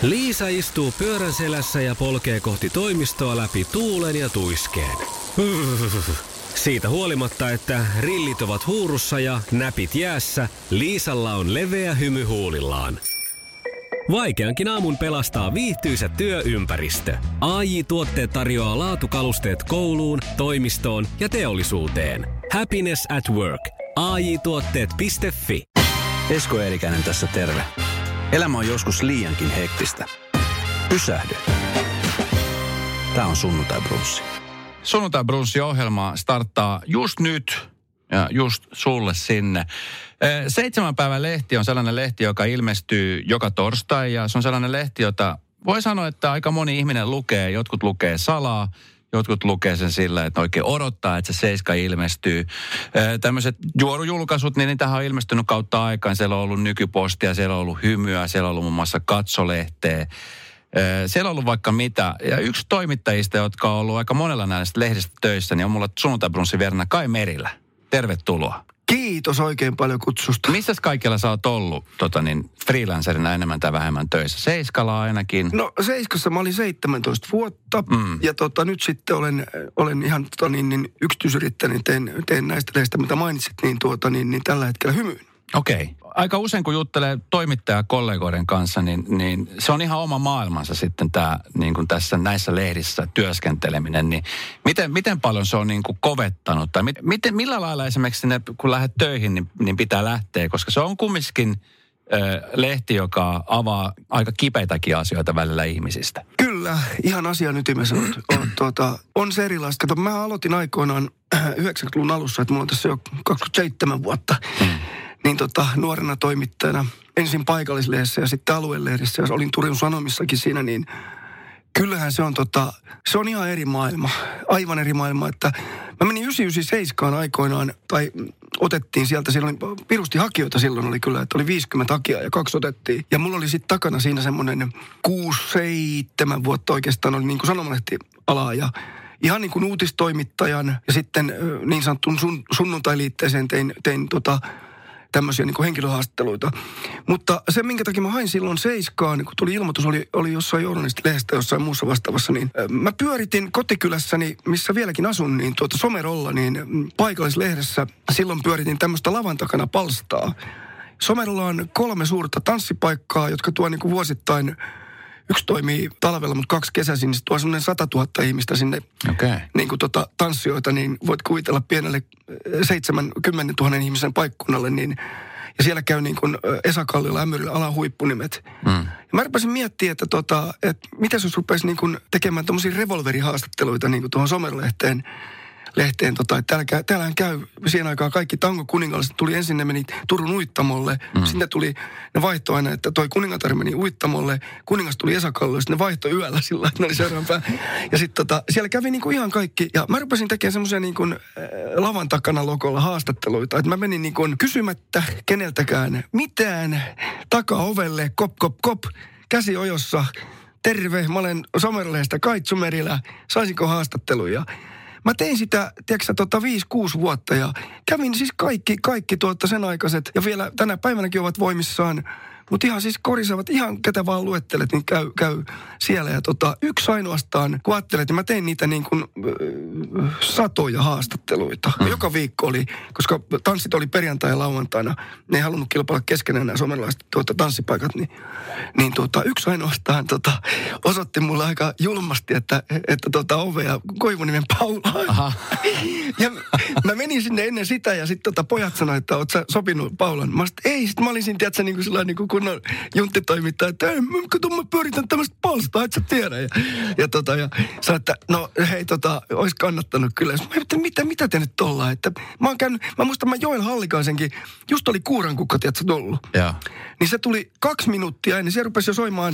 Liisa istuu pyörän selässä ja polkee kohti toimistoa läpi tuulen ja tuiskeen. Siitä huolimatta, että rillit ovat huurussa ja näpit jäässä, Liisalla on leveä hymy huulillaan. Vaikeankin aamun pelastaa viihtyisä työympäristö. AJ-tuotteet tarjoaa laatukalusteet kouluun, toimistoon ja teollisuuteen. Happiness at work. AJ-tuotteet.fi. Esko Eerikäinen tässä terve. Elämä on joskus liiankin hektistä. Pysähdy. Tää on Sunnuntai Brunssi. Sunnuntai Brunssi-ohjelma starttaa just nyt ja just sulle sinne. 7 päivän lehti on sellainen lehti, joka ilmestyy joka torstai ja se on sellainen lehti, jota voi sanoa, että aika moni ihminen lukee. Jotkut lukee salaa, jotkut lukee sen sillä, että oikein odottaa, että se 7 ilmestyy. Tämmöiset juorujulkaisut, niin niitähän on ilmestynyt kautta aikaan. Siellä on ollut Nykypostia, siellä on ollut Hymyä, siellä on ollut muun muassa Katsolehteä. Siellä on ollut vaikka mitä. Ja yksi toimittajista, jotka on ollut aika monella näistä lehdistä töissä, niin on mulla Sunnuntai Brunssin verran Kai Merilä. Tervetuloa. Kiitos oikein paljon kutsusta. Missäs kaikilla sä oot ollut freelancerina enemmän tai vähemmän töissä? Seiskalla ainakin. No Seiskassa mä olin 17 vuotta ja nyt sitten olen ihan yksityisyrittäjä, niin teen näistä lehdistä, mitä mainitsit, niin tällä hetkellä Hymyyn. Okei. Aika usein kun juttelee toimittajakollegoiden kanssa, niin se on ihan oma maailmansa sitten tämä niin kuin tässä näissä lehdissä työskenteleminen. Niin miten paljon se on niin kuin kovettanut tai millä lailla esimerkiksi sinne, kun lähdet töihin, niin pitää lähteä, koska se on kumminkin lehti, joka avaa aika kipeitäkin asioita välillä ihmisistä. Kyllä, ihan asian ytimessä on se erilaista. Kato, mä aloitin aikoinaan 90-luvun alussa, että mulla on tässä jo 27 vuotta. Niin nuorena toimittajana ensin paikallislehdessä ja sitten aluelehdessä, ja olin Turun Sanomissakin siinä, niin kyllähän se on ihan eri maailma, aivan eri maailma, että mä menin 997 aikoinaan, tai otettiin sieltä, silloin pirusti hakijoita silloin oli kyllä, että oli 50 hakijaa ja 2 otettiin, ja mulla oli sitten takana siinä semmoinen 6-7 vuotta oikeastaan oli niin kuin sanomalehtialaa, ja ihan niin kuin uutistoimittajan ja sitten niin sanottuun sunnuntailiitteeseen tein tämmöisiä niin kuin henkilöhaastatteluita. Mutta se, minkä takia mä hain silloin Seiskaan, kun tuli ilmoitus, oli jossain journalistilehdestä, jossain muussa vastaavassa, niin mä pyöritin kotikylässäni, missä vieläkin asun, niin Somerolla, niin paikallislehdessä silloin pyöritin tämmöistä lavan takana palstaa. Somerolla on 3 suurta tanssipaikkaa, jotka tuo niin kuin vuosittain. Yksi toimii talvella, mutta 2 kesäisin, niin se tuo semmoinen 100 000 ihmistä sinne niin kuin tanssijoita, niin voit kuvitella pienelle 70 000 ihmisen paikkunnalle, niin, ja siellä käy niin kuin Esa Kalliola, Ämyrillä alahuippunimet. Ja mä rupesin miettimään, että mitä jos rupesi niin kuin tekemään tommosia revolverihaastatteluita niin kuin tuohon Somerlehteen, täällähän käy siihen aikaan kaikki tangokuningalliset tuli ensin, ne meni Turun Uittamolle, sitten tuli, ne vaihtoi aina, että toi kuningatar meni Uittamolle, kuningas tuli Esa Kalliolle, sitten ne vaihtoi yöllä sillä että ne oli seuraavan päin. Ja sitten siellä kävi niinku ihan kaikki, ja mä rupesin tekemään semmoisia niinku lavan takana logolla haastatteluita, että mä menin niinku kysymättä keneltäkään mitään takaa-ovelle, kop, käsi ojossa, terve, mä olen Somerlehdestä Kaitsu Merilä, saisinko haastatteluja? Mä tein sitä, tiedätkö 5-6 vuotta ja kävin siis kaikki sen aikaiset ja vielä tänä päivänäkin ovat voimissaan. Mutta ihan siis korisevat, ihan ketä vaan luettelet, niin käy siellä. Ja yksi ainoastaan, kun ajattelet, että mä tein niitä niin kuin satoja haastatteluita. Joka viikko oli, koska tanssit oli perjantai ja lauantaina. Ne ei halunnut kilpailla keskenään nämä somelaiset tanssipaikat. Niin yksi ainoastaan osoitti mulle aika julmasti, että ovea Koivunimen Paula. Ja mä menin sinne ennen sitä ja sitten pojat sanoi, että oot sä sopinut Paulan. Mä sanoin, ei, sit mä olin siinä, tiedätkö, niin kuin sellainen niin kuin kunnon junttitoimittaja, että kato, mä pyöritän tämmöistä palstaa, et sä tiedä. Ja sanoi, että no hei, olisi kannattanut kyllä. Mitä te nyt ollaan? Että mä muistan, mä Joel Hallikaisenkin, just oli Kuurankukko, tiedätkö, tullut. Ja. Niin se tuli 2 minuuttia ennen, se rupesi jo soimaan.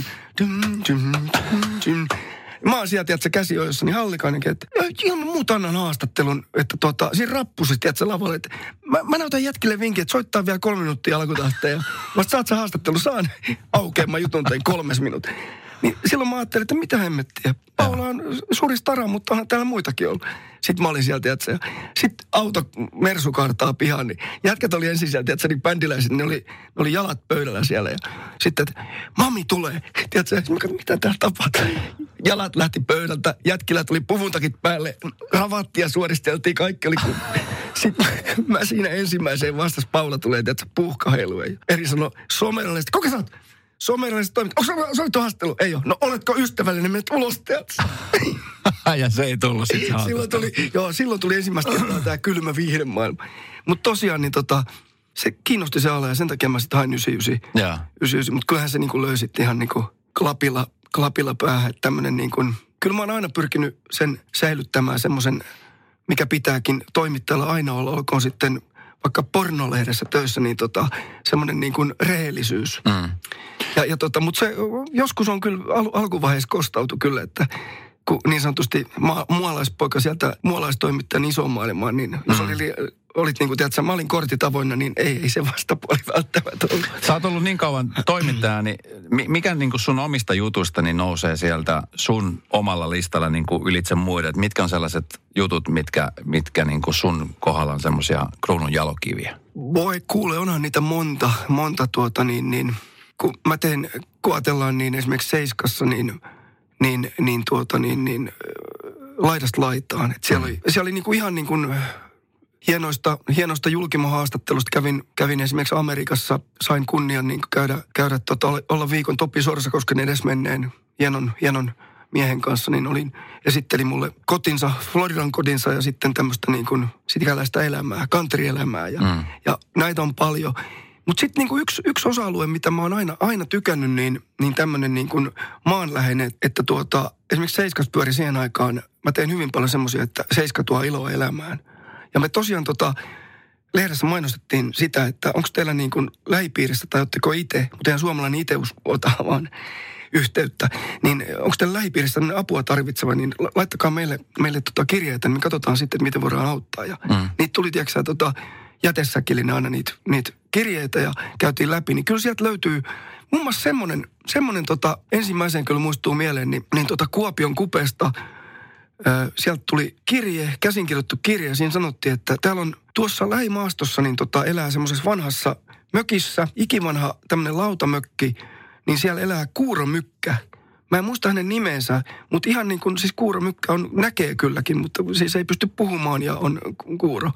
Mä oon siellä, tiedätkö, käsiojossa, niin Hallikainenkin, että ilman muuta annan haastattelun, että siinä rappusit, tiedätkö, lavalle, että mä näytän jätkille vinkin, että soittaa vielä 3 minuuttia alkutahteen ja vasta saat sä haastattelu, saan aukean, mä jutun tein 3 minuuttia. Niin silloin mä ajattelin, että mitä hemmettiä. Paula on suuri stara, mutta onhan täällä muitakin ollut. Sitten mä olin sieltä, että sitten auto Mersu kaartaa pihaan, niin jätkät oli ensin sieltä, että niin bändiläiset, ne oli jalat pöydällä siellä. Ja sitten, että mami tulee. Tiedätkö, mitä täällä tapahtuu? Jalat lähti pöydältä, jätkillä tuli puvuntakit päälle, ravattia suoristeltiin, kaikki oli Sitten mä siinä ensimmäiseen vastas Paula tulee, tiedätkö, puuhkaheiluun. Eri sanoi somerallisesti, kuka sä oot? Somerallisesti toimit. Onko sä olit haastattelu? Ei ole. No oletko ystävällinen, menet ulos, tiedätkö? Ja se ei tullut sitten silloin tuli ensimmäistä kertaa tämä kylmä viihdemaailma. Mutta tosiaan niin se kiinnosti se ala ja sen takia mä sitten hain 99. Mutta kyllähän se niinku löi sitten ihan niinku klapilla päähän. Että tämmönen niinku, kyllä mä oon aina pyrkinyt sen säilyttämään semmoisen, mikä pitääkin toimittajalla aina olla, olkoon sitten vaikka pornolehdessä töissä, niin semmoinen niin kuin rehellisyys. Mutta se joskus on kyllä alkuvaiheessa kostautui kyllä, että kun niin sanotusti mualaispoika sieltä mualaistoimittajan isoon maailmaan, niin jos olit niin kuin, tiedätkö, mä olin kortit avoinna, niin ei se vastapuoli välttämättä ollut. Sä oot ollut niin kauan toimittaja, niin mikä niin kuin sun omista jutuista niin nousee sieltä sun omalla listalla niin kuin ylitse muiden? Et mitkä on sellaiset jutut, mitkä niin kuin sun kohdalla on semmoisia kruunun jalokiviä? Voi kuule, onhan niitä monta kun mä tein, kuatellaan niin esimerkiksi Seiskassa, laidasta laitaan. Et siellä oli niinku ihan niin kuin hienoista julkimohaastattelusta. Kävin esimerkiksi Amerikassa, sain kunnian niin käydä olla viikon Topi Sorsakosken edesmenneen hienon miehen kanssa, niin esitteli mulle kotinsa, Floridan kodinsa ja sitten tämmöistä niin kuin sikäläistä elämää, country-elämää ja näitä on paljon. Mutta sitten niinku yksi osa-alue, mitä mä oon aina tykännyt, niin tämmöinen niinku maanläheinen, että esimerkiksi Seiskas pyöri siihen aikaan, mä tein hyvin paljon semmoisia, että Seiska tuo iloa elämään. Ja me tosiaan lehdessä mainostettiin sitä, että onko teillä niinku lähipiirissä tai ootteko itse, mutta eihän suomalainen itse ota vaan yhteyttä, niin onko teillä lähipiirissä apua tarvitseva, niin laittakaa meille kirjeitä, niin me katsotaan sitten, että miten voidaan auttaa. Ja niitä tuli, tiedätkö jätesäkillinen aina niitä kirjeitä ja käytiin läpi, niin kyllä sieltä löytyy muun muassa semmoinen ensimmäiseen kyllä muistuu mieleen, niin Kuopion Kupesta sieltä tuli käsinkirjoittu kirje, ja siinä sanottiin, että täällä on tuossa lähimaastossa niin elää semmoisessa vanhassa mökissä, ikivanha tämmöinen lautamökki, niin siellä elää kuuromykkä. Mä en muista hänen nimensä, mutta ihan niin kuin siis kuuromykkä näkee kylläkin, mutta siis ei pysty puhumaan ja on kuuro.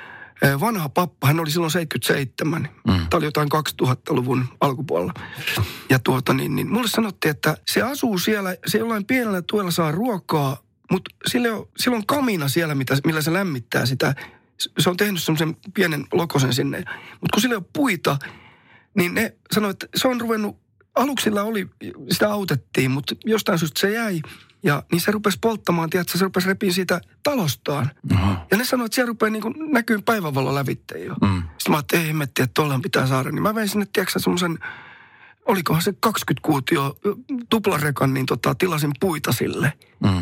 Vanha pappa, hän oli silloin 77. Tämä oli jotain 2000-luvun alkupuolella. Ja mulle sanottiin, että se asuu siellä, se jollain pienellä tuella saa ruokaa, mutta sillä on kamina siellä, millä se lämmittää sitä. Se on tehnyt semmoisen pienen lokosen sinne. Mutta kun sillä ei ole puita, niin ne sanoi, että se on ruvennut, aluksilla sitä autettiin, mutta jostain syystä se jäi. Ja niin se rupesi polttamaan, tiedätkö, se rupesi repiin siitä talostaan. Ja ne sanoi, että siellä rupeaa niin näkyy päivänvalo lävitteen jo. Sitten mä ajattelin, ei hemmettiä, että tuollahan pitää saada. Niin mä vein sinne, tiedätkö, semmoisen, olikohan se 20 kuutio tuplarekan, niin tilasin puita sille.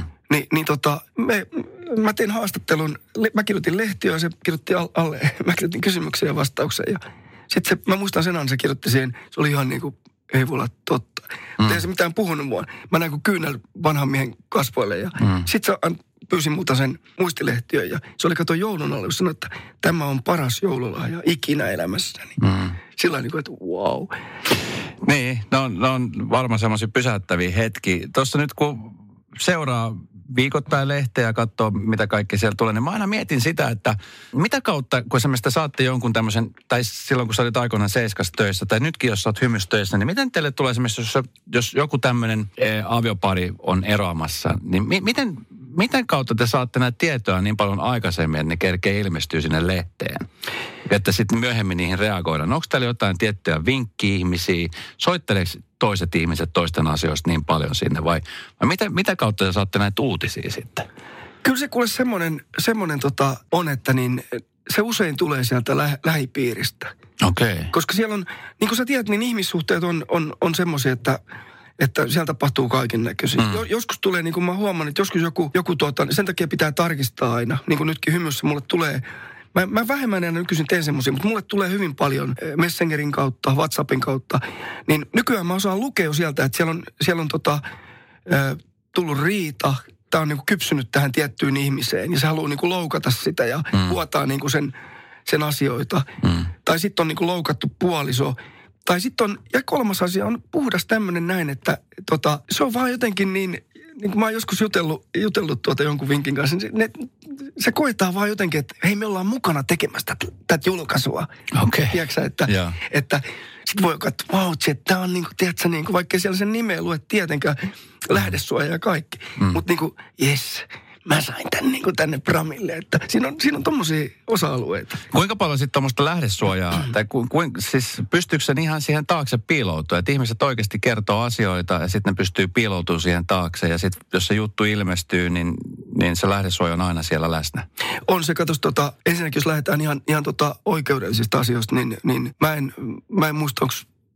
Mä tein haastattelun, mä kirjoitin lehtiä ja se kirjoitti alle, mä kirjoitin kysymyksiä ja vastauksia. Ja sitten mä muistan sen se kirjoitti siihen, se oli ihan niin kuin, ei voi olla totta. Mutta ei se mitään puhunut mua. Mä näin kuin kyynel vanhan miehen kasvoille ja sitten se pyysin multa sen muistilehtiön ja se oli kato joulun alla, jos sanoi, että tämä on paras joululahja ikinä elämässäni. Sillä niin kuin, että wow. Niin, ne on varmaan semmoisia pysäyttäviä hetki. Tuossa nyt kun seuraa viikoittain lehteä ja katsoo, mitä kaikki siellä tulee, niin mä aina mietin sitä, että mitä kautta, kun esimerkiksi saatte jonkun tämmöisen, tai silloin kun sä olit aikoinaan Seiskas töissä, tai nytkin jos sä oot Hymys töissä, niin miten teille tulee esimerkiksi, jos joku tämmöinen aviopari on eroamassa, niin miten kautta te saatte näitä tietoa niin paljon aikaisemmin, että ne kerkee ilmestyy sinne lehteen? Että sitten myöhemmin niihin reagoidaan. Onko täällä jotain tiettyjä vinkki-ihmisiä? Soitteleeko toiset ihmiset toisten asioista niin paljon sinne vai mitä kautta te saatte näitä uutisia sitten? Kyllä se kuule semmoinen on, että niin se usein tulee sieltä lähipiiristä. Okei. Okay. Koska siellä on, niin kuin sä tiedät, niin ihmissuhteet on semmoisia, että siellä tapahtuu kaiken näköisiä. Joskus tulee, niin kuin mä huomaan, että joskus joku sen takia pitää tarkistaa aina. Niin kuin nytkin Hymyssä mulle tulee, Mä vähemmän enää nykyisin teen semmoisia, mutta mulle tulee hyvin paljon Messengerin kautta, WhatsAppin kautta. Niin nykyään mä osaan lukea jo sieltä, että siellä on tullut riita. Tää on niinku kypsynyt tähän tiettyyn ihmiseen ja se haluaa niinku loukata sitä ja vuotaa niinku sen asioita. Tai sitten on niinku loukattu puoliso. Tai sitten on, ja kolmas asia on puhdas tämmöinen näin, että se on vaan jotenkin niin kuin mä oon joskus jutellut jonkun vinkin kanssa, niin se koetaan vaan jotenkin, että hei, me ollaan mukana tekemässä tätä julkaisua. Okei. Tiedätkö että sit voi katsoa, vau, että tää on niinku, tiedätkö, niinku, vaikka siellä sen nimeä lue tietenkään lähdesuoja ja kaikki. Mutta niinku, jes, mä sain tän niinku tänne Pramille, että siinä on tommosia osa-alueita. Kuinka paljon sitten tommoista lähdesuojaa, tai siis pystyykö sen ihan siihen taakse piiloutua, että ihmiset oikeasti kertoo asioita ja sitten ne pystyy piiloutumaan siihen taakse ja sitten jos se juttu ilmestyy, niin se lähdesuoja on aina siellä läsnä. On se, katos, ensinnäkin jos lähdetään ihan oikeudellisista asioista, niin mä en muista,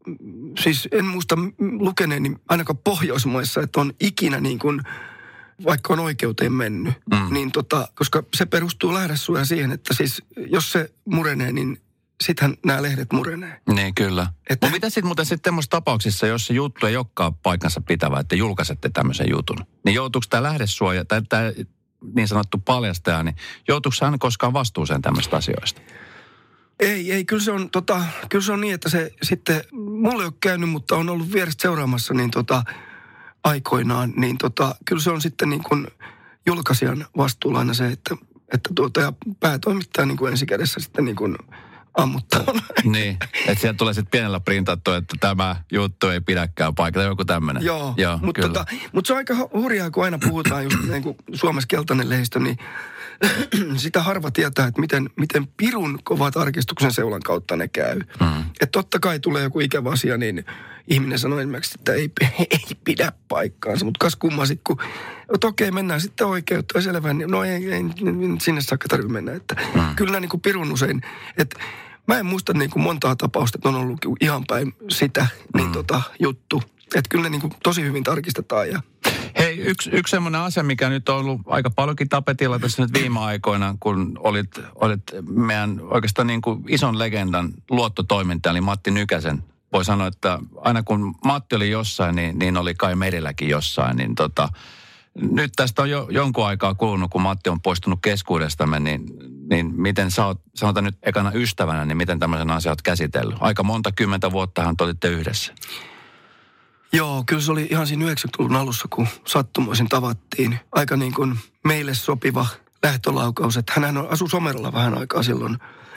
en muista lukeneeni ainakaan Pohjoismaissa, että on ikinä niin kuin vaikka on oikeuteen mennyt, niin koska se perustuu lähdesuojaan siihen, että siis jos se murenee, niin sittenhän nämä lehdet murenee. Niin, kyllä. Mutta mitä sitten muuten tämmöisissä tapauksissa, jos se juttu ei olekaan paikkansa pitävä, että julkaisette tämmöisen jutun, niin joutuuko tämä lähdesuoja, tai tämä niin sanottu paljastaja, niin joutuuko hän koskaan vastuuseen tämmöistä asioista? Ei, kyllä se on niin, että se sitten, mulle ei ole käynyt, mutta on ollut vierestä seuraamassa, niin aikoinaan, niin kyllä se on sitten niin kuin julkaisijan vastuulla aina se, että ja päätoimittaja niin kuin ensikädessä sitten niin kuin ammuttaa. Niin, että sieltä tulee sitten pienellä printattu, että tämä juttu ei pidäkään paikalla, joku tämmöinen. Joo, mutta se on aika hurjaa, kun aina puhutaan just niin kuin Suomessa keltainen lehdistö, niin sitä harva tietää, että miten pirun kova tarkistuksen seulan kautta ne käy. Että totta kai tulee joku ikävä asia, niin ihminen sanoo esimerkiksi, että ei pidä paikkaansa. Mutta kas kumma sitten, että okei, mennään sitten oikeutta ja selvä, niin no ei sinne saakka tarvitse mennä. Että kyllä niin kuin pirun usein, että mä en muista niin kuin montaa tapausta, että on ollut ihan päin sitä niin juttu. Että kyllä ne niin kuin tosi hyvin tarkistetaan ja hei, yksi semmoinen asia, mikä nyt on ollut aika paljonkin tapetilla tässä nyt viime aikoina, kun olit meidän oikeastaan niin kuin ison legendan luottotoimittaja, eli Matti Nykäsen. Voi sanoa, että aina kun Matti oli jossain, niin oli Kai Merilläkin jossain. Niin nyt tästä on jo jonkun aikaa kulunut, kun Matti on poistunut keskuudestamme, niin miten sä oot, sanotaan nyt ekana ystävänä, niin miten tämmöisen asian oot käsitellyt? Aika monta kymmentä vuottahan te olitte yhdessä. Joo, kyllä se oli ihan siinä 90-luvun alussa, kun sattumoisin tavattiin. Aika niin kuin meille sopiva lähtölaukaus, että hänhän asui Somerolla vähän aikaa silloin.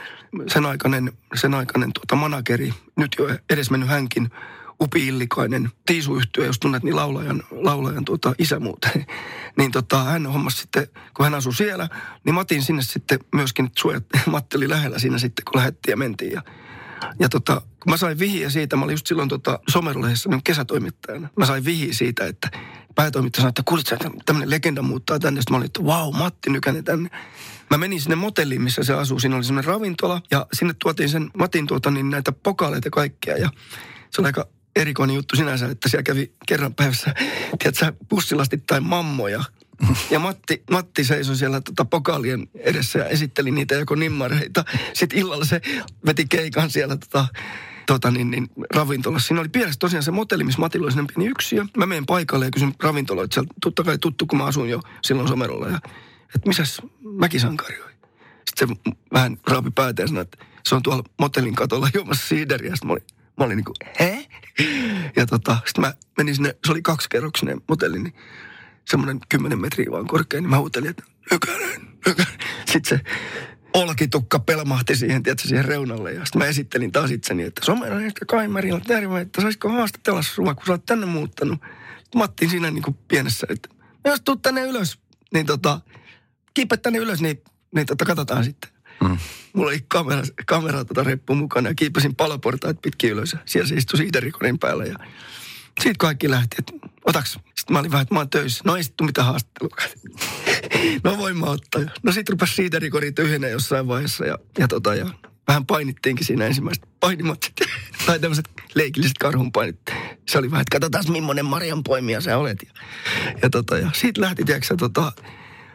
Sen aikainen manageri, nyt jo edesmennyt hänkin, Upi Illikainen, Tiisu-yhtye, jos tunnet, niin laulajan isä muuten. Niin hän hommasi sitten, kun hän asui siellä, niin Matin sinne sitten myöskin suojat. Matti oli lähellä siinä sitten, kun lähdettiin ja mentiin. Ja kun mä sain vihiä siitä, mä olin just silloin Somerolehdessä niin kesätoimittajana. Mä sain vihiä siitä, että päätoimittaja sanoi, että kuulit sä, tämmöinen legenda muuttaa tänne. Sitten mä olin, että vau, Matti Nykänen tänne. Mä menin sinne motelliin, missä se asuu. Siinä oli semmoinen ravintola ja sinne tuotiin sen Matin näitä pokaaleita kaikkea. Ja se oli aika erikoinen juttu sinänsä, että siellä kävi kerran päivässä, tiedätkö, bussilastit mammoja. Ja Matti seisoi siellä pokaalien edessä ja esitteli niitä joko nimmareita. Sitten illalla se veti keikan siellä ravintolassa. Siinä oli pienessä tosiaan se motelli, missä Matilla oli sinne pieni yksiö. Mä menen paikalle ja kysyn ravintoloita. Sieltä totta kai tuttu, kun mä asuin jo silloin Somerolla. Ja, että missäs Mäkisankari oli? Sitten se vähän raapi päätä ja sanoi, että se on tuolla motellin katolla juomassa siideriä. Sitten mä olin niin kuin, he? Ja sitten mä menin sinne, se oli 2-kerroksinen motelli, niin semmoinen 10 metriä vaan korkea, niin mä huutelin, että Nykänen. Sitten se olkitukka pelmahti siihen reunalle. Ja sitten mä esittelin taas itseni, että Somerosta Kai Merillä terve, että saisiko haastatella sua, kun sä oot tänne muuttanut. Sitten mä ottiin siinä niin kuin pienessä, että jos tuut tänne ylös, niin kiipä tänne ylös, niin katsotaan sitten. Mulla oli kamera reppu mukana ja kiipäsin paloportaat pitkin ylös. Ja siellä se istui siiderikorin päällä ja siitä kaikki lähti, että otaks. Sitten mä olin vähän, että mä oon töissä. No ei sitten tule mitään haastattelua. No voin mä ottaa. No sit rupesi siiderikori tyhjenä jossain vaiheessa ja vähän painittiinkin siinä ensimmäiset painimat tai tämmöiset leikilliset karhunpainit. Se oli vähän, että katsotaan millainen marjanpoimija sä olet. Ja siitä lähti, tiedätkö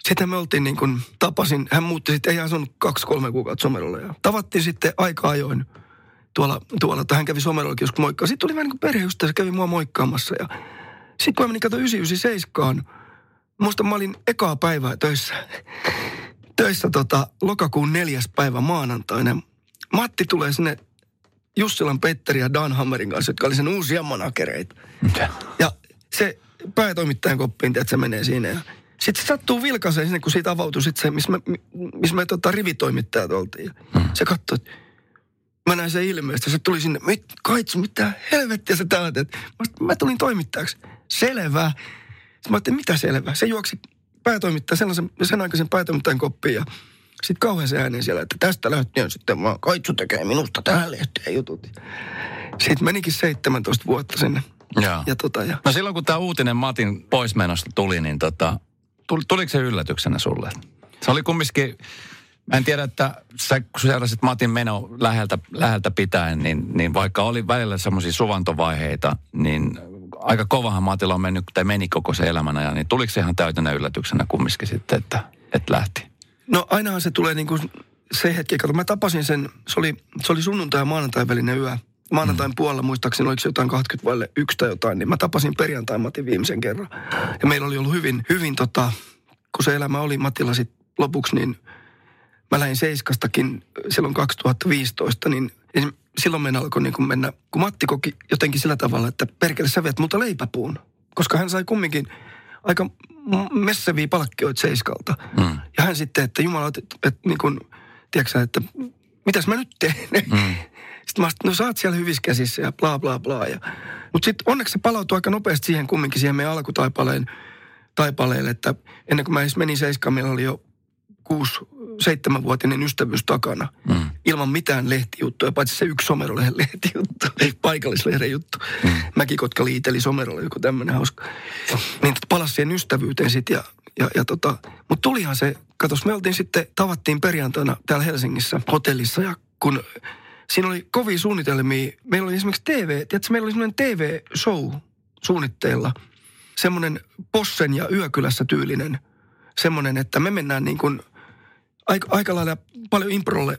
Sitten me oltiin niin kuin, tapasin, hän muutti sitten, ei asunut 2-3 kuukautta Somerolle. Ja tavattiin sitten aika ajoin tuolla, että hän kävi Somerollakin joskus moikkaa. Sitten tuli vähän niin kuin perheystävä, se kävi mua moikkaamassa. Ja sitten kun mä menin katsoin 997, muistan mä olin ekaa päivää töissä lokakuun 4. päivä maanantaina. Matti tulee sinne Jussilan Petteri ja Dan Hammerin kanssa, jotka oli sen uusia managereita. Ja se päätoimittajan koppiin, että se menee siinä. Ja sitten se sattuu vilkaiseen sinne, kun siitä avautui sitten se, missä me rivitoimittajat oltiin. Ja se katsoi, että mä näin sen ilmeisesti. Se tuli sinne, Kaitsu, mitä helvettiä sä täältä? Mä tulin toimittajaksi. Selvä. Sitten mä ajattelin, mitä selvä? Se juoksi päätoimittaja, sen aikaisen päätoimittajan koppiin ja sitten kauhean se ääneen siellä, että tästä lähtien sitten vaan Kaitsu tekee minusta tähän lehteen jutut. Sitten menikin 17 vuotta sinne. Ja. No silloin kun tämä uutinen Matin poismenosta tuli, niin tuliko se yllätyksenä sulle? Se oli kumminkin, mä en tiedä, että sä kun seurasit Matin meno läheltä pitäen, niin vaikka oli välillä semmoisia suvantovaiheita, niin aika kovahan Matilla on meni koko se elämän ajan, niin tuliko se ihan täytänä yllätyksenä kumminkin sitten, että lähti? No ainahan se tulee niin kuin se hetki, kato mä tapasin sen, se oli sunnuntai ja maanantain välinen yö. Maanantain puolella muistaakseni, oliko se jotain 20:01 tai jotain, niin mä tapasin perjantain Matin viimeisen kerran. Ja meillä oli ollut hyvin kun se elämä oli Matilla sitten lopuksi, niin mä lähdin Seiskastakin silloin 2015, niin silloin meidän alkoi niin kuin mennä, kun Matti koki jotenkin sillä tavalla, että perkele sä viet multa leipäpuun. Koska hän sai kumminkin aika messäviä palkkioita Seiskalta. Ja hän sitten, että jumala, että niin kuin, tiedätkö että mitäs mä nyt teen? Sitten mä no sä oot siellä hyvissä käsissä ja bla bla bla. Mutta sitten onneksi se palautui aika nopeasti siihen meidän alkutaipaleelle, että ennen kuin mä edes menin Seiskaan, meillä oli jo 6-7-vuotinen ystävyys takana. Ilman mitään lehtijuttuja, paitsi se yksi Somerolehden lehtijuttu, paikallislehden juttu. Mäkikotka liiteli Somerolle, joku tämmöinen hauska. Niin palasi siihen ystävyyteen sitten mutta tulihan se, katos, me oltiin sitten, tavattiin perjantaina täällä Helsingissä hotellissa ja kun siinä oli kovia suunnitelmia. Meillä oli esimerkiksi meillä oli semmoinen TV-show suunnitteilla. Semmoinen Possen ja Yökylässä tyylinen. Semmoinen, että me mennään niin kuin aika lailla paljon improlle,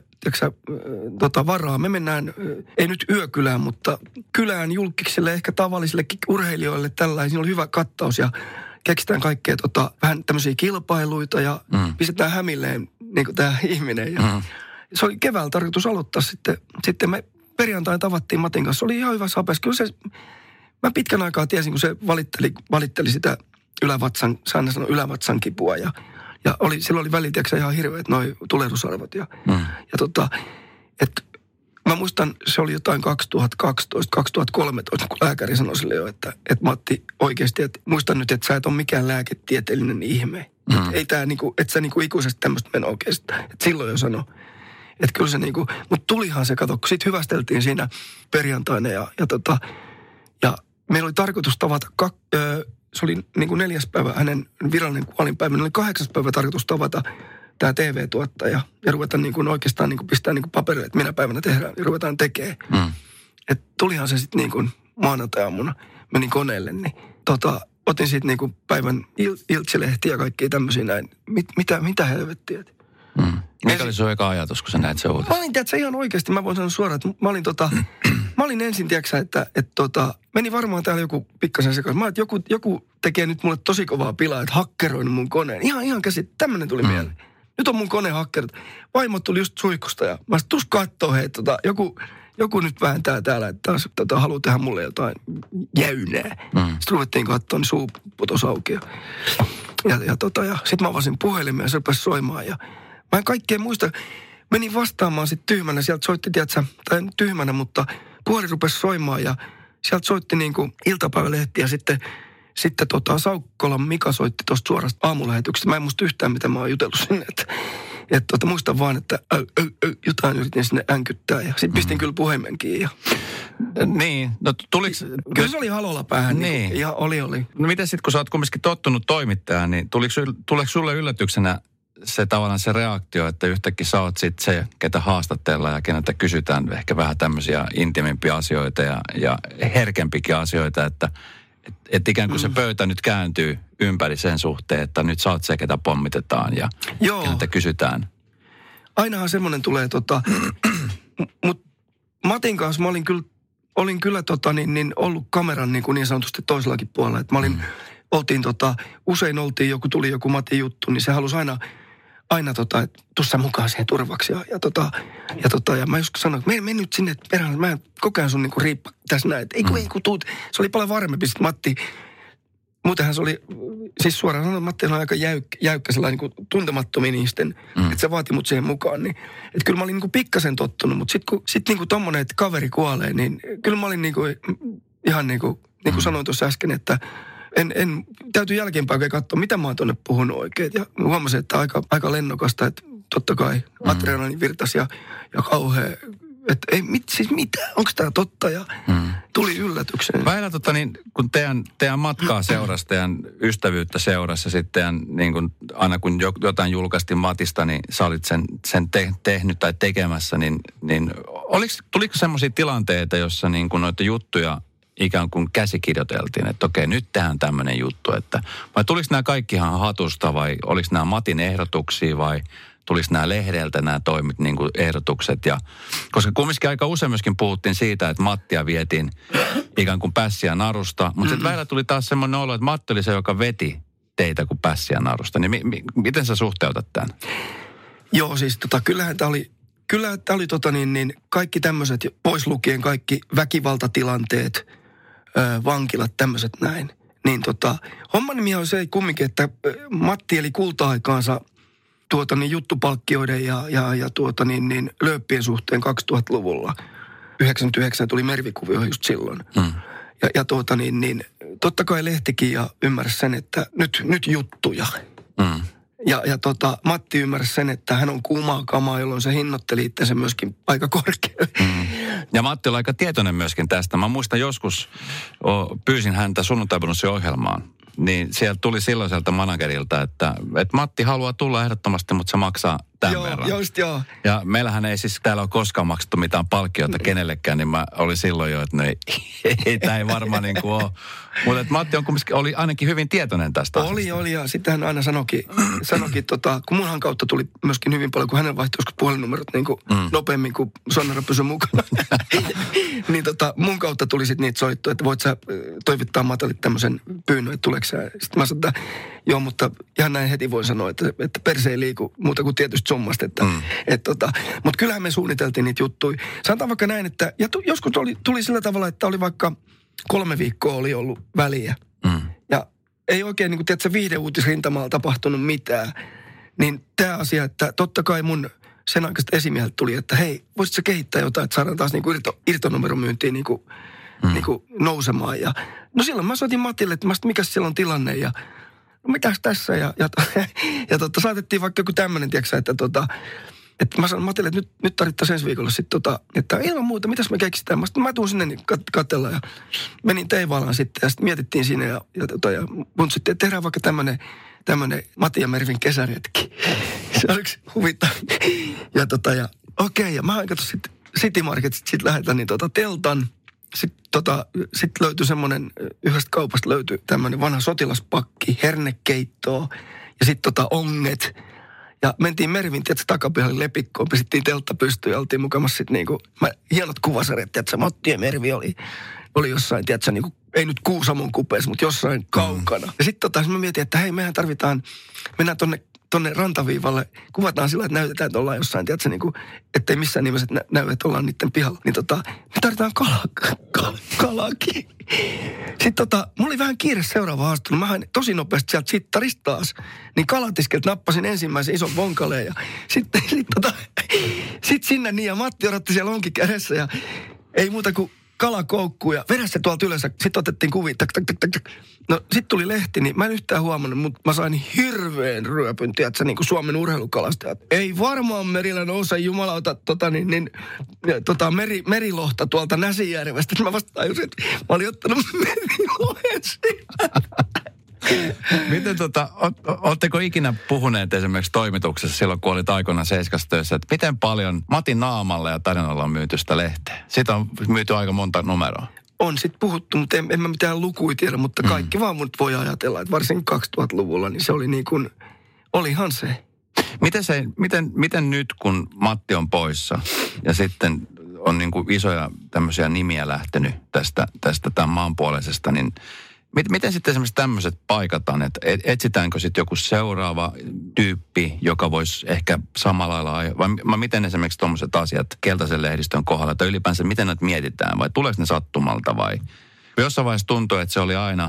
varaa. Me mennään, ei nyt Yökylään, mutta kylään julkiksille, ehkä tavallisillekin urheilijoille tällainen. Siinä oli hyvä kattaus ja keksitään kaikkea vähän tämmöisiä kilpailuita ja pistetään hämilleen niin kuin tämä ihminen ja se oli keväällä tarkoitus aloittaa sitten me perjantain tavattiin Matin kanssa. Se oli ihan hyvä sapes. Kyllä se, mä pitkän aikaa tiesin, kun se valitteli sitä ylävatsan kipua. Ja silloin oli välillä ihan hirveät noi tulehdusarvot. Mä muistan, se oli jotain 2012-2013, kun lääkäri sanoi sille jo, että Matti oikeasti, että muistan nyt, että sä et ole mikään lääketieteellinen ihme. Ei tää niinku, et sä niinku ikuisesti tämmöistä menoa kestä. Että silloin jo sanoi. Että kyllä se niinku, mutta tulihan se, kato, kun sit hyvästeltiin siinä perjantaina ja meillä oli tarkoitus tavata, se oli niinku 4. päivä hänen virallinen kuolinpäivä, oli 8. päivä tarkoitus tavata tämä TV-tuottaja ja ruveta niinku oikeastaan niinku pistää niinku paperille, että minä päivänä tehdään ja ruvetaan tekemään. Että tulihan se sitten niinku maanantai-aamuna, menin koneelle, niin otin sitten niinku päivän iltsilehtiä ja kaikkia tämmöisiä näin. Mitä helvettiä? Mikä oli sun eka ajatus, kun sä näet se uutisen? Mä olin, tiedätkö, ihan oikeasti, mä voin sanoa suoraan, että mä olin ensin, tiedätkö, että meni varmaan täällä joku pikkasen sekaisin. Mä että joku tekee nyt mulle tosi kovaa pilaa, että hakkeroin mun koneen. Ihan käsit, tämmönen tuli mieleen. Nyt on mun kone hakkerit. Vaimot tuli just suihkusta ja mä tus kattoo, hei, joku nyt vääntää täällä, että taas haluaa tehdä mulle jotain jäynää. Sitten ruvettiin katsoa, niin suu putosi auki. Ja sitten mä avasin puhelimen ja se rupesi soimaan ja mä en kaikkea muista. Menin vastaamaan sitten tyhmänä. Sieltä soitti, tiedätkö, tai tyhmänä, mutta puhelin rupesi soimaan ja sieltä soitti niinku iltapäivälehti ja sitten Saukkolan Mika soitti tuosta suorasta aamulähetyksestä. Mä en muista yhtään, mitä mä oon jutellut sinne. Että muistan vaan, että jotain yritin sinne änkyttää ja sitten pistin kyllä puhelimen kiinni. Niin, no tuliko... Kyllä se oli halolla päähän. Niin. Ja oli. No miten sitten, kun sä oot kumminkin tottunut toimittajaan, niin tuleeko sulle yllätyksenä se tavallaan se reaktio, että yhtäkkiä sä oot sitten se, ketä haastattellaan ja keneltä kysytään ehkä vähän tämmöisiä intimimpiä asioita ja herkempikin asioita, että Että ikään kuin se pöytä nyt kääntyy ympäri sen suhteen, että nyt sä oot se, ketä pommitetaan ja keneltä kysytään. Ainahan semmoinen tulee, mutta Matin kanssa mä olin kyllä ollut kameran niin sanotusti toisellakin puolella. Että usein tuli joku Matin juttu, niin se halusi aina että tuossa mukaan siihen turvaksi. Ja mä joskus sanoin, että mene nyt sinne perään, mä koko ajan sun niinku riippa tässä näin. Ei kun tuut. Se oli paljon varmempi sitten Matti. Muutenhan se oli, siis suoraan sanoen, Matti on aika jäykkä sellainen niin kuin tuntemattomien ihmisten, että se vaati mut siihen mukaan. Niin, että kyllä mä olin niin kuin pikkasen tottunut, mutta sitten niin kuin tommonen, että kaveri kuolee, niin kyllä mä olin niin kuin, ihan niin kuin sanoin tuossa äsken, että täytyy jälkeenpäin oikein katsoa, mitä mä oon tuonne puhunut oikein. Ja huomasin, että aika lennokasta, että totta kai adrenaliini virtasi ja kauhea. Että ei, siis mitä? Onko tämä totta? Ja tuli yllätykseen. Väillä kun teidän matkaa seurasi, teidän ystävyyttä seurasi ja sitten niin kun, aina kun jotain julkaistiin Matista, niin sä olit sen tehnyt tai tekemässä, niin tuliko semmoisia tilanteita, jossa niin kun noita juttuja ikään kuin käsikirjoiteltiin, että okei, nyt tehdään tämmöinen juttu, että vai tuliko nämä kaikki ihan hatusta vai oliko nämä Matin ehdotuksia vai tulisi nämä lehdeltä nämä toimit, niin kuin ehdotukset. Koska kumminkin aika usein myöskin puhuttiin siitä, että Mattia vietiin ikään kuin pässiä narusta. Mutta sitten välillä tuli taas semmoinen olo, että Matti oli se, joka veti teitä kuin pässiä narusta. Niin miten sä suhteutat tämän? Joo, siis kyllähän tämä oli kaikki tämmöiset, pois lukien kaikki väkivaltatilanteet, vankilat, tämmöiset näin. Niin homman nimi on se kumminkin, että Matti eli kulta-aikaansa juttupalkkioiden ja lööppien suhteen 2000-luvulla. 99 tuli Mervikuvio just silloin. Ja totta kai lehtikin ja ymmärsi sen, että nyt juttuja. Ja Matti ymmärsi sen, että hän on kuumaa kamaa, jolloin se hinnoitteli itsensä myöskin aika korkealle. Ja Matti oli aika tietoinen myöskin tästä. Mä muistan joskus, pyysin häntä sunnuntaibonussin ohjelmaan. Niin sieltä tuli silloiselta managerilta, että Matti haluaa tulla ehdottomasti, mutta se maksaa tämän verran. Joo. Ja meillähän ei siis täällä ole koskaan maksettu mitään palkkiota kenellekään, niin mä olin silloin jo, että tämä ei varmaan niin kuin ole. Mutta Matti oli ainakin hyvin tietoinen tästä asiasta. Oli ja sitten hän aina sanoikin kun munhan kautta tuli myöskin hyvin paljon, kun hänellä vaihtoi joskus puhelinnumerot niin kuin nopeammin kuin Sonnera pysyi mukana. Niin mun kautta tuli sitten niitä soittoja, että voit sä toivittaa Matalle tämmöisen pyynnön, että tuleeko sä. Sitten mä sanoin, että joo, mutta ihan näin heti voin sanoa, että perse ei liiku muuta kuin tietysti summasta. Mutta kyllähän me suunniteltiin niitä juttuja. Sanotaan vaikka näin, että joskus tuli sillä tavalla, että oli vaikka 3 viikkoa oli ollut väliä. Ja ei oikein niin kuin tiedätkö, viihdeuutisrintamalla tapahtunut mitään. Niin tämä asia, että totta kai mun sen aikaista esimieheltä tuli, että hei, voisitko sä kehittää jotain, että saadaan taas niinku irtonumeromyyntiin niinku nousemaan. Ja, no silloin mä soitin Matille, että mikä siellä on tilanne ja no mitäs tässä ja saatettiin vaikka joku tämmöinen, tiiäksä, että mä sanoin Matille, että nyt tarvittaisiin ensi viikolla sitten että ilman muuta, mitäs me keksitään. Mä tuun sinne niin katsella ja menin Teivalaan sitten ja sitten mietittiin siinä ja mun sitten, että tehdään vaikka tämmöinen Matti ja Mervin kesäretki. Se olisi huvittava. Ja okei, ja mä katsoin sitten City Marketista, sitten lähdetään niin teltan. Sitten löytyi semmoinen, yhdestä kaupasta löytyi tämmöinen vanha sotilaspakki, hernekeittoa ja sitten onget. Ja mentiin Mervin, takapihalle lepikkoon, pisittiin teltta pystyyn ja oltiin mukamassa sitten niinku, hienot kuvasarjat, Matti ja Mervi oli jossain, niinku, ei nyt Kuusamon kupeessa, mutta jossain kaukana. Ja sitten mä mietin, että hei, mennään tonne rantaviivalle, kuvataan sillä, että näytetään, että ollaan jossain, niinku, ettei missään nimessä näy, että ollaan niiden pihalla. Niin me tarvitaan kalakin. Sitten mulla oli vähän kiire seuraava haastattelu. Mä hain tosi nopeasti sieltä sittarista taas. Niin kalatiskelta nappasin ensimmäisen ison vonkaleen ja sitten sinne niin ja Matti odotti siellä onkin kädessä ja ei muuta kuin kalakoukkuun ja vedä se tuolta ylös. Sitten otettiin kuvia. No sit tuli lehti, niin mä en yhtään huomannut, mutta mä sain hirveän ryöpyn, tiedätkö, niin kuin Suomen urheilukalastajat. Ei varmaan merillä nouse jumalauta merilohta tuolta Näsijärvestä. Mä vasta tajusin, että mä olin ottanut merilohen Miten ootteko ikinä puhuneet esimerkiksi toimituksessa silloin, kun olit aikoinaan Seiskassa töissä, että miten paljon Matin naamalle ja tarinalla on myyty sitä lehteä? Siitä on myyty aika monta numeroa. On sitten puhuttu, mutta en mä mitään lukuja tiedä, mutta kaikki vaan mut voi ajatella, että varsinkin 2000-luvulla, niin se oli niin kuin, olihan se. Miten nyt, kun Matti on poissa ja sitten on niin kuin isoja tämmöisiä nimiä lähtenyt tästä tämän maanpuoleisesta, niin miten sitten esimerkiksi tämmöiset paikataan, että etsitäänkö sitten joku seuraava tyyppi, joka voisi ehkä samalla lailla, vai miten esimerkiksi tuommoiset asiat keltaisen lehdistön kohdalla, tai ylipäänsä miten näitä mietitään, vai tuleeko ne sattumalta, vai jossain vaiheessa tuntuu, että se oli aina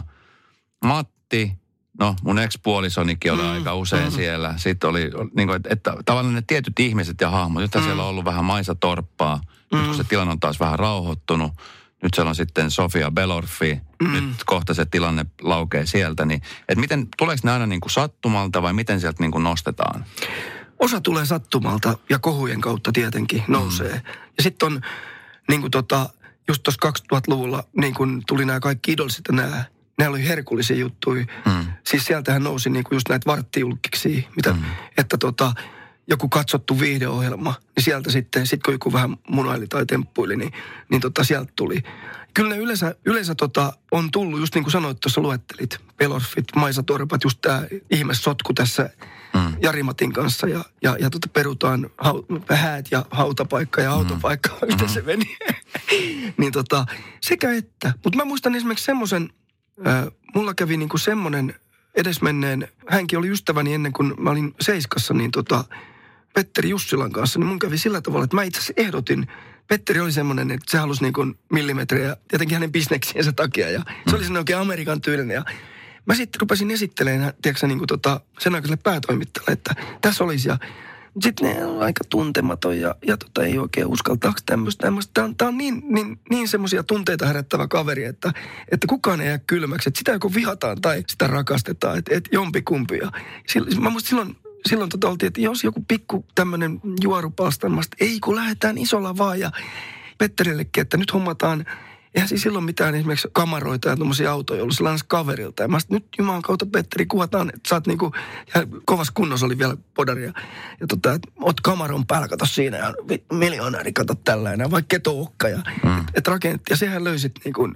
Matti, no mun ex-puolisonikin oli aika usein siellä, sitten oli niin kuin, että tavallaan ne tietyt ihmiset ja hahmot, nythän siellä on ollut vähän Maisa Torppaa, nyt kun se tilanne on taas vähän rauhoittunut, nyt siellä on sitten Sofia Belorfi, nyt kohta se tilanne laukee sieltä. Niin, että miten, tuleeko ne aina niin kuin sattumalta vai miten sieltä niin kuin nostetaan? Osa tulee sattumalta ja kohujen kautta tietenkin nousee. Ja sitten on niin kuin just tuossa 2000-luvulla niin kuin tuli nämä kaikki idolsit ja nämä oli herkullisia juttuja. Siis sieltähän nousi niin kuin just näitä varttijulkkiksi, mitä, että joku katsottu viihdeohjelma, niin sieltä sitten kun joku vähän munaili tai temppuili, niin sieltä tuli. Kyllä ne yleensä on tullut, just niin kuin sanoit tuossa luettelit, Belorfit, Maisa Torpat, just tämä ihmessotku tässä Jari-Matin kanssa ja perutaan häät ja hautapaikka ja autopaikka, miten se meni. Niin sekä että. Mutta mä muistan esimerkiksi semmoisen, mulla kävi niinku semmoinen edesmenneen, hänkin oli ystäväni ennen kuin mä olin Seiskassa, niin Petteri Jussilan kanssa, niin mun kävi sillä tavalla, että mä itse asiassa ehdotin, Petteri oli semmoinen, että se halusi niin kuin millimetrejä, jotenkin hänen bisneksiensä takia, ja se oli semmoinen oikein Amerikan tyylinen, ja mä sitten rupesin esittelemään, tiedätkö niin kuin sen aikaiselle päätoimittajalle, että tässä olisi, ja sitten ne on aika tuntematon, ja ei oikein uskaltaako tämmöistä. Tämä on niin semmoisia tunteita herättävä kaveri, että kukaan ei jää kylmäksi, että sitä joko vihataan tai sitä rakastetaan, että jompikumpi, ja mä muistin silloin oltiin, että jos joku pikku tämmöinen juorupalstamasta, ei kun lähdetään isolla vaan ja Petterillekin, että nyt hommataan, eihän siis silloin mitään esimerkiksi kamaroita ja tommosia autoja ollut sellainen kaverilta. Ja mä sit, nyt jumalan kautta Petteri, kuvataan, että sä oot niinku, ja kovassa kunnossa oli vielä podaria. Ja että oot kamaron päällä, kato siinä ja miljonääri, kato tällainen, vaikka ketoukka. Ja että rakennettiin, ja sehän löysit niinku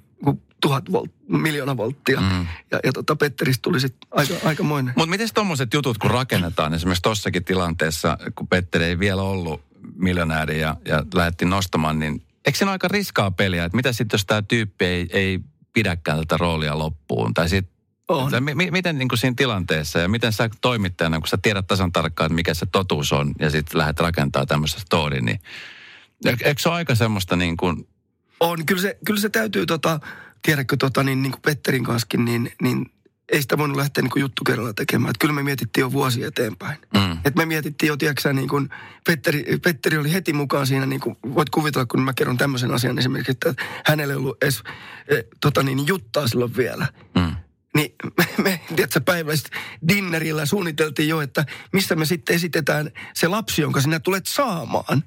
1,000 volttia. Ja Petteristä tuli sitten aikamoinen. Mutta miten tommoset jutut, kun rakennetaan, esimerkiksi tossakin tilanteessa, kun Petteri ei vielä ollut miljonääri ja lähdettiin nostamaan, niin eikö siinä ole aika riskaa peliä, että mitä sitten, jos tämä tyyppi ei pidäkään tätä roolia loppuun? Tai miten niin kuin siinä tilanteessa ja miten sä toimittajana, kun sä tiedät tasan tarkkaan, että mikä se totuus on ja sitten lähdet rakentamaan tämmöistä storia, niin eikö se ole aika semmoista niin kuin... On, kyllä se täytyy tiedätkö niin kuin Petterin kanssakin, niin ei sitä voinut lähteä niin kuin juttu kerralla tekemään. Että kyllä me mietittiin jo vuosia eteenpäin. Että me mietittiin jo, tiedätkö niin kuin Petteri oli heti mukaan siinä, niin kuin voit kuvitella, kun mä kerron tämmöisen asian esimerkiksi, että hänellä ei ollut edes juttaa silloin vielä. Niin me tiedätkö, päivällisesti dinnerillä suunniteltiin jo, että missä me sitten esitetään se lapsi, jonka sinä tulet saamaan.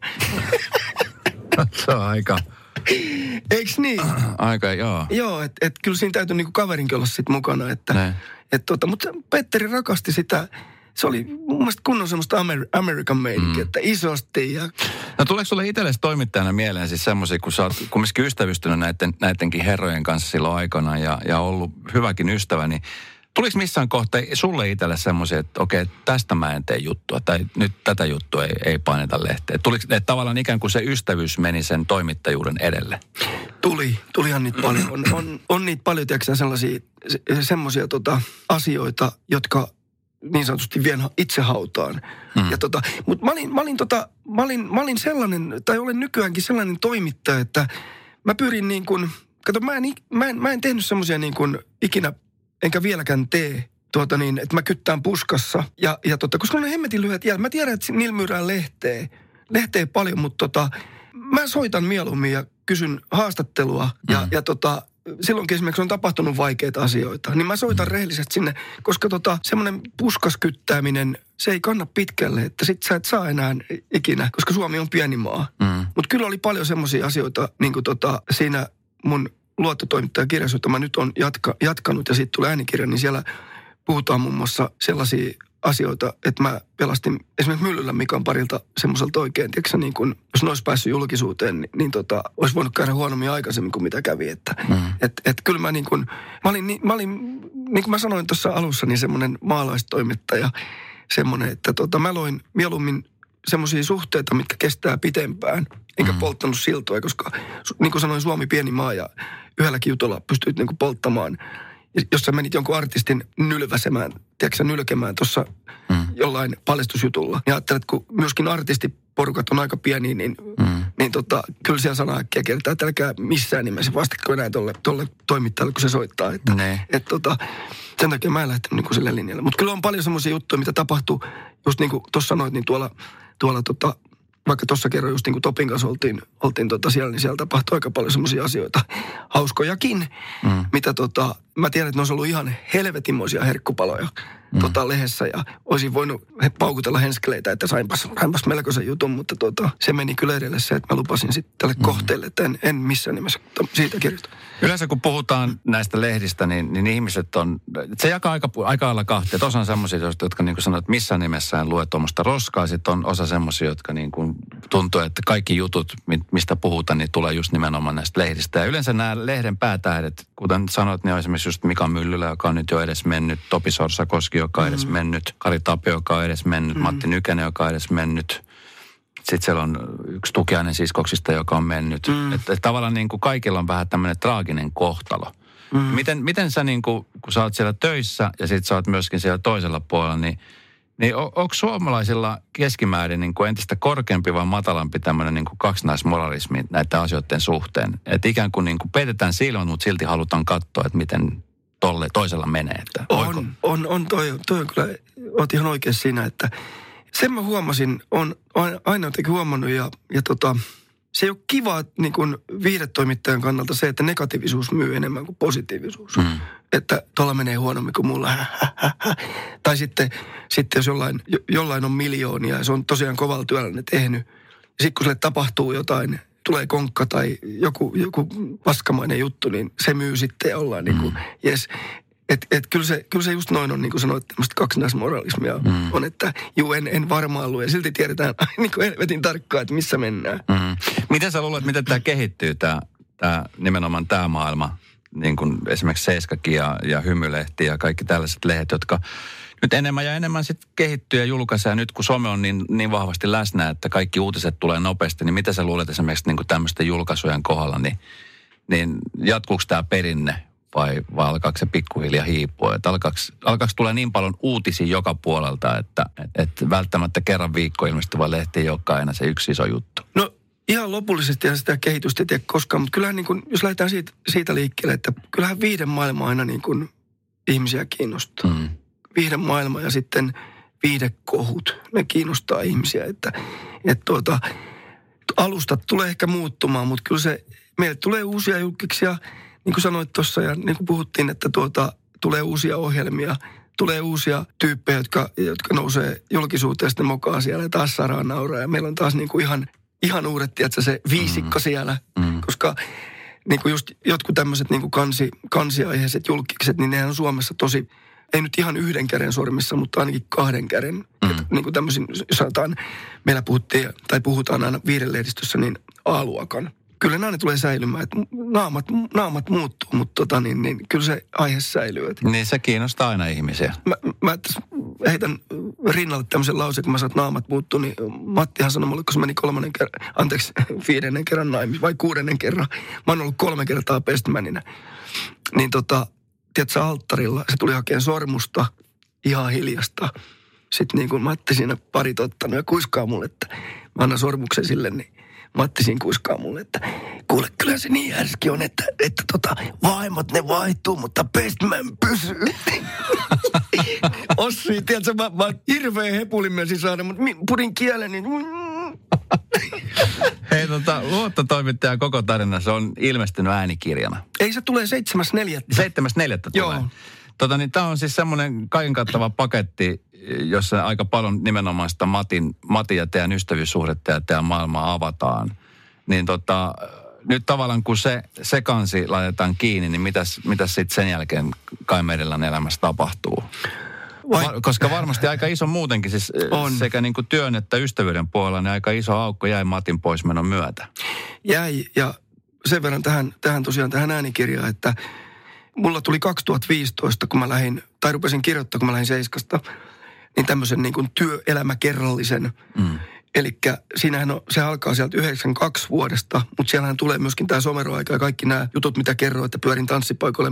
Se on aika... Eiks niin? Aika, joo. Joo, että kyllä siinä täytyy niinku kaverinkin olla sit mukana. Mutta Petteri rakasti sitä. Se oli mun mielestä kunnon semmoista American made, että isosti. Ja... No tuleeko sulle itsellesi toimittajana mieleen siis semmoisia, kun sä oot kumminkin ystävystynyt näidenkin herrojen kanssa silloin aikana ja ollut hyväkin ystävä, niin tuliko missään kohtaa sulle itselle semmoisia, että okei, tästä mä en tee juttua, tai nyt tätä juttua ei paineta lehteen? Tuliko, että tavallaan ikään kuin se ystävyys meni sen toimittajuuden edelle? Tulihan niitä paljon. On niitä paljon, tiedätkö sellaisia, semmoisia asioita, jotka niin sanotusti vien itse hautaan. Mutta mä olin sellainen, tai olen nykyäänkin sellainen toimittaja, että mä pyrin niin kuin, kato mä en tehnyt semmoisia niin kuin ikinä, enkä vieläkään tee, että mä kyttään puskassa. Koska on hemmetin lyhyet jäljet. Mä tiedän, että niillä myydään lehteä paljon, mutta mä soitan mieluummin ja kysyn haastattelua. Ja silloinkin esimerkiksi on tapahtunut vaikeita asioita. Niin mä soitan rehellisesti sinne, koska semmoinen puskaskyttääminen, se ei kanna pitkälle, että sit sä et saa enää ikinä, koska Suomi on pieni maa. Mutta kyllä oli paljon semmoisia asioita, niin kuin siinä mun luottotoimittajakirjassa, jota mä nyt on jatkanut ja siitä tulee äänikirja, niin siellä puhutaan muun muassa sellaisia asioita, että mä pelastin esimerkiksi Myllylän Mikan parilta semmoiselta oikein, tiedätkö niin kun, jos ne olisi päässyt julkisuuteen, niin olisi voinut käydä huonommin aikaisemmin kuin mitä kävi. Että kyllä mä niin kuin, mä olin, niin kuin mä sanoin tuossa alussa, niin semmoinen maalaistoimittaja, semmoinen, että mä loin mieluummin semmoisia suhteita, mitkä kestää pitempään, enkä polttanut siltoja, koska niin kuin sanoin, Suomi pieni maa ja yhdelläkin jutulla pystyt niin kuin polttamaan. Jos sä menit jonkun artistin nylväsemään, tiedätkö nylkemään tuossa jollain paljastusjutulla, niin ajattelet, kun myöskin artistiporukat on aika pieniä, niin kyllä siellä sanaa äkkiä kertaa, että älkää missään nimessä vastatko enää tolle toimittajalle, kun se soittaa. Sen takia mä en lähtenyt niin kuin sille linjalle. Mutta kyllä on paljon semmoisia juttuja, mitä tapahtuu, just niin kuin tuossa sanoit, niin tuolla vaikka tuossa kerran just niin kuin Topin kanssa oltiin siellä, niin siellä tapahtui aika paljon semmoisia asioita, hauskojakin, mitä mä tiedän, että ne olisi ollut ihan helvetinmoisia herkkupaloja lehdessä ja olisin voinut paukutella henskeleitä, että sainpas melkoisen jutun, mutta se meni kyllä edelle se, että mä lupasin sitten tälle kohteelle, että en missään nimessä siitä kirjoita. Yleensä kun puhutaan näistä lehdistä, niin ihmiset on, se jakaa aika lailla kahtia. Osa on semmoisia, jotka niin kuin sanoo, että missään nimessä en lue tuommoista roskaa. Sitten on osa semmoisia, jotka niin kuin tuntuu, että kaikki jutut, mistä puhutaan, niin tulee just nimenomaan näistä lehdistä. Ja yleensä nämä lehden päätähdet, kuten sanoit, niin on esimerkiksi just Mika Myllylä, joka on nyt jo edes mennyt, Topi Sorsakoski, joka on edes mennyt, Kari Tapio, joka on edes mennyt, Matti Nykänen, joka on edes mennyt. Sitten siellä on yksi Tukiainen siskoksista, joka on mennyt. Että tavallaan niin kuin kaikilla on vähän tämmöinen traaginen kohtalo. Miten sä niin kuin, kun sä oot siellä töissä ja sitten sä oot myöskin siellä toisella puolella, niin onko suomalaisilla keskimäärin niin kuin entistä korkeampi vai matalampi tämmöinen niin kuin kaksinaismoralismi näiden asioiden suhteen? Että ikään kuin, peitetään silmät, mutta silti halutaan katsoa, että miten toisella menee. Että toi on kyllä, oot ihan oikeassa siinä, että sen mä huomasin, on aina jotenkin huomannut ja se ei ole kiva niin kuin viihdetoimittajan kannalta se, että negatiivisuus myy enemmän kuin positiivisuus. Että tuolla menee huonommin kuin mulla. Tai sitten jos jollain on miljoonia ja se on tosiaan kovalla työllä ne tehnyt. Ja sitten kun sille tapahtuu jotain, tulee konkka tai joku paskamainen juttu, niin se myy sitten ja ollaan niin kuin, jes. Kyllä se just noin on, niin kuin sanoit, tämmöistä kaksinaismoralismia on, että en varmaan lue. Silti tiedetään niin kuin helvetin tarkkaan, että missä mennään. Miten sä luulet, miten tämä kehittyy, nimenomaan tämä maailma, niin kuin esimerkiksi Seiskakin ja Hymylehti ja kaikki tällaiset lehdet, jotka nyt enemmän ja enemmän sitten kehittyy ja julkaisee. Ja nyt kun some on niin vahvasti läsnä, että kaikki uutiset tulee nopeasti, niin mitä sä luulet esimerkiksi niin kuin tämmöisten julkaisujen kohdalla, niin jatkuuko tämä perinne? Vai alkaako se pikkuhiljaa hiipua? Että alkaako tulla niin paljon uutisia joka puolelta, että välttämättä kerran viikko ilmestyvä lehti ei olekaan aina se yksi iso juttu? No ihan lopullisesti sitä kehitystä ei tiedä koskaan, mutta kyllähän niin kuin, jos lähdetään siitä liikkeelle, että kyllähän viihden maailma aina niin kuin ihmisiä kiinnostaa. Viihden maailma ja sitten viihdekohut, ne kiinnostaa ihmisiä. Että alustat tulee ehkä muuttumaan, mutta kyllä meille tulee uusia julkiksia. Niin kuin sanoit tuossa ja niin kuin puhuttiin, että tulee uusia ohjelmia, tulee uusia tyyppejä, jotka nousee julkisuuteen ja sitten mokaa siellä ja taas saadaan nauraa. Ja meillä on taas niin kuin ihan uudet, tiedätkö, se viisikko siellä, koska niin kuin just jotkut tämmöiset niin kuin kansiaiheiset julkikset, niin nehän on Suomessa tosi, ei nyt ihan yhden käden sormissa, mutta ainakin kahden käden. Niin kuin tämmöisin, jos sanotaan, meillä puhutaan aina viihdelehdistossa, niin A-luokan. Kyllä nämä tulee säilymään, että naamat muuttuu, mutta niin kyllä se aihe säilyy. Niin se kiinnostaa aina ihmisiä. Mä heitän rinnalle tämmöisen lauseen, kun mä sanon, että naamat muuttuu, niin Mattihan sanoi mulle, kun se meni 5. kerran naimisiin, vai 6. kerran. Mä oon ollut 3 kertaa bestmanina. Niin tiedätkö, alttarilla se tuli hakemaan sormusta, ihan hiljasta. Sitten niin kuin Matti siinä parit ottanut ja kuiskaa mulle, että mä annan sormuksen sille, niin Matti siinä kuiskaa mulle, että kuule, kyllä se niin härski on, että vaimot ne vaihtuu, mutta bestman pysyy. Ossi, tiedätkö, mä hirveän hepulin saada, mutta pudin kielen, niin Hei, luottotoimittajan koko tarina, se on ilmestynyt äänikirjana. Ei, se tulee 7.4. 7.4. tulee. Joo. Niin tämä on siis semmoinen kaiken kattava paketti, jossa aika paljon nimenomaan sitä Matin ja teidän ystävyyssuhdetta ja teidän maailmaa avataan. Niin nyt tavallaan kun se kansi laitetaan kiinni, niin mitäs sitten sen jälkeen Kai Merilän elämässä tapahtuu? Koska varmasti aika iso muutenkin, siis On. sekä niin kuin työn että ystävyyden puolella, niin aika iso aukko jäi Matin poismenon myötä. Jäi, ja sen verran tähän äänikirjaan, että mulla tuli 2015, kun mä rupesin kirjoittaa, kun mä lähdin Seiskasta, niin tämmöisen niin kuin työelämäkerrallisen. Elikkä siinähän se alkaa sieltä 92 vuodesta, mutta siellähän tulee myöskin tämä someroaika ja kaikki nämä jutut, mitä kerroin, että pyörin tanssipaikoilla,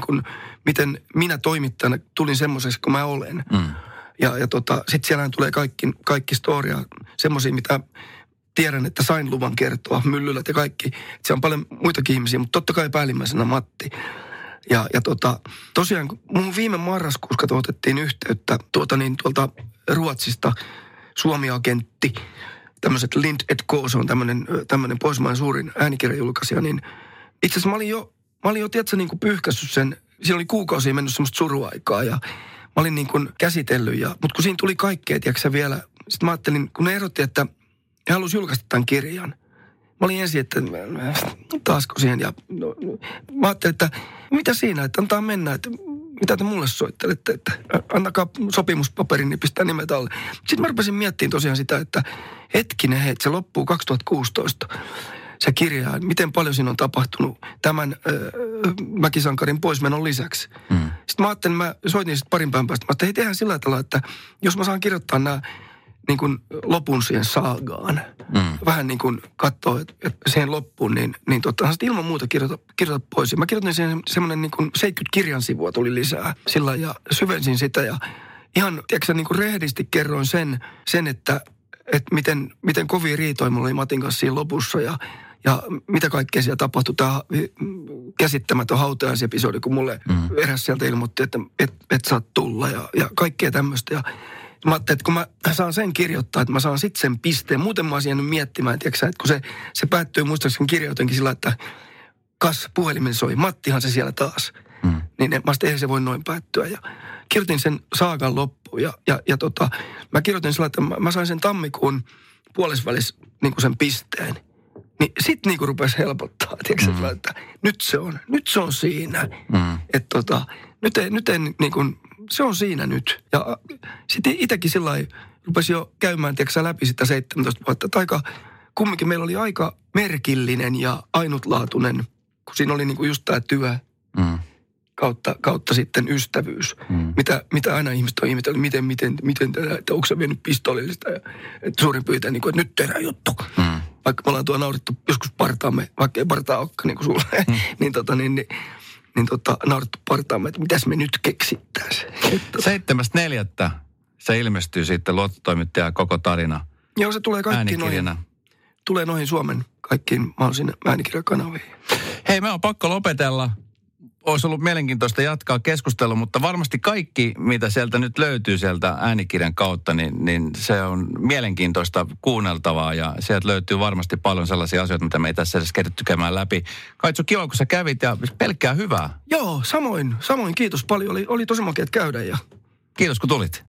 miten minä toimittajana tulin semmoiseksi, kun mä olen. Ja sitten siellähän tulee kaikki storia, semmoisia, mitä tiedän, että sain luvan kertoa, myllylät ja kaikki. Se on paljon muitakin ihmisiä, mutta totta kai päällimmäisenä Matti. Ja tosiaan, mun viime marraskuussa, kun otettiin yhteyttä tuolta Ruotsista, Suomi-agentti, tämmöiset Lind & Co, se on tämmöinen Pohjoismaiden suurin äänikirjajulkaisija, niin itse asiassa mä olin jo tiedätkö, niin kuin pyyhkässyt sen, siinä oli kuukausia mennyt semmoista suruaikaa ja mä olin niin kuin käsitellyt, mutta kun siinä tuli kaikkea, tiedätkö vielä, sitten mä ajattelin, kun ne ehdotti, että he halusivat julkaista tämän kirjan. Mä olin ensin, että taasko siihen, ja mä ajattelin, että mitä siinä, että antaa mennä, että mitä te mulle soittelette, että antakaa sopimuspaperin, niin pistää nimet alle. Sitten mä rupesin miettimään tosiaan sitä, että hetkinen, että se loppuu 2016, se kirja, miten paljon siinä on tapahtunut tämän Mäkisankarin poismenon lisäksi. Sitten mä ajattelin, mä soitin sitten parin päivän päästä, mä ajattelin, tehdään sillä tavalla, että jos mä saan kirjoittaa nämä niin kuin lopun siihen saagaan, vähän niin kuin katsoo, että siihen loppuun, niin ilman muuta kirjoita pois. Ja mä kirjoitin siihen semmoinen niin kuin 70 kirjan sivua tuli lisää sillä ja syvensin sitä ja ihan, tiedätkö niin kuin rehdisti kerroin sen että miten kovia riitoja mulla oli Matin kanssa siinä lopussa ja mitä kaikkea siellä tapahtui. Tämä käsittämätön hautajaisepisodi, kun mulle eräs sieltä ilmoitti, että et saa tulla ja kaikkea tämmöistä. Ja mä ajattelin, että kun mä saan sen kirjoittaa, että mä saan sitten sen pisteen. Muuten mä olisin jäänyt miettimään, tiedätkö, että kun se päättyy, muistaakseni kirjoitinkin sillä, että puhelimen soi, Mattihan se siellä taas. Niin mä ajattelin, eihän se voi noin päättyä. Ja kirjoitin sen saagan loppuun ja mä kirjoitin sillä, että mä sain sen tammikuun puolesvälis niin kuin sen pisteen. Niin sit niin kuin rupesi helpottaa, tiedätkö, että nyt se on siinä. Että nyt en niin kuin, se on siinä nyt. Ja sitten itsekin sillä lailla rupesi jo käymään, tiedätkö, läpi sitä 17 vuotta. Että kumminkin meillä oli aika merkillinen ja ainutlaatuinen, kun siinä oli niin kuin just tämä työ kautta sitten ystävyys. Mitä aina ihmiset on ihmetellyt, miten tehdään, että onko sä vienyt pistoolillista ja että suurin piirtein, niin kuin, että nyt tehdään juttu. Vaikka me ollaan tuo naurettu joskus partaamme, vaikka ei partaa olekaan niin kuin sulle, niin naurettu partaamme, että mitäs me nyt keksittäisiin. 7.4. se ilmestyy sitten luottotoimittaja koko tarina. Joo, se tulee kaikki noihin Suomen kaikkiin mahdollisiin äänikirjakanaviin. Hei, me on pakko lopetella. Olisi ollut mielenkiintoista jatkaa keskustelua, mutta varmasti kaikki, mitä sieltä nyt löytyy sieltä äänikirjan kautta, niin se on mielenkiintoista kuunneltavaa ja sieltä löytyy varmasti paljon sellaisia asioita, mitä me ei tässä edes keritty käymään läpi. Kaitsu, kiva, kun sä kävit ja pelkkää hyvää. Joo, samoin. Kiitos paljon. Oli tosi makea käydä. Ja... Kiitos, kun tulit.